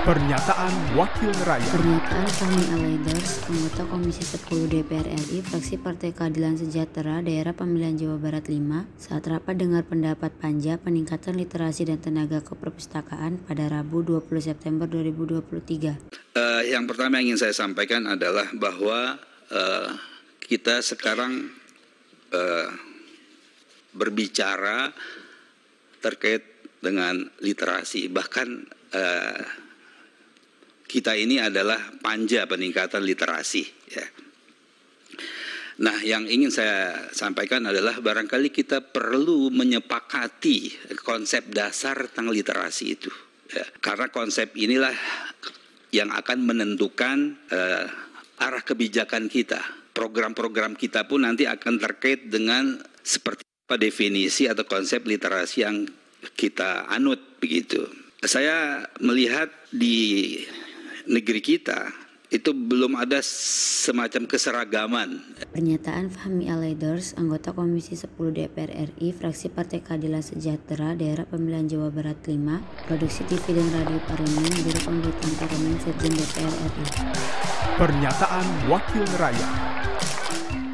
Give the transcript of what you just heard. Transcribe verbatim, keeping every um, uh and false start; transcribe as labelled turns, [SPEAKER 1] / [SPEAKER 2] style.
[SPEAKER 1] Pernyataan Wakil Rakyat.
[SPEAKER 2] Pernyataan Fahmi Alaidars, anggota Komisi sepuluh D P R R I, fraksi Partai Keadilan Sejahtera, Daerah Pemilihan Jawa Barat lima, saat rapat dengar pendapat Panja Peningkatan Literasi dan Tenaga Keperpustakaan pada Rabu dua puluh September dua ribu dua puluh tiga.
[SPEAKER 3] Uh, yang pertama yang ingin saya sampaikan adalah bahwa uh, kita sekarang uh, berbicara terkait dengan literasi, bahkan uh, kita ini adalah Panja Peningkatan Literasi, ya. Nah, yang ingin saya sampaikan adalah barangkali kita perlu menyepakati konsep dasar tentang literasi itu, ya. Karena konsep inilah yang akan menentukan uh, arah kebijakan kita. Program-program kita pun nanti akan terkait dengan seperti apa definisi atau konsep literasi yang kita anut, begitu. Saya melihat di negeri kita itu belum ada semacam keseragaman.
[SPEAKER 2] Pernyataan Fahmi Alaidars, anggota Komisi sepuluh D P R R I, fraksi Partai Keadilan Sejahtera, Daerah Pemilihan Jawa Barat lima, Produksi T V dan Radio Parlemen, Biro Pemberitaan Parlemen, Sekjen D P R R I.
[SPEAKER 1] Pernyataan Wakil Rakyat.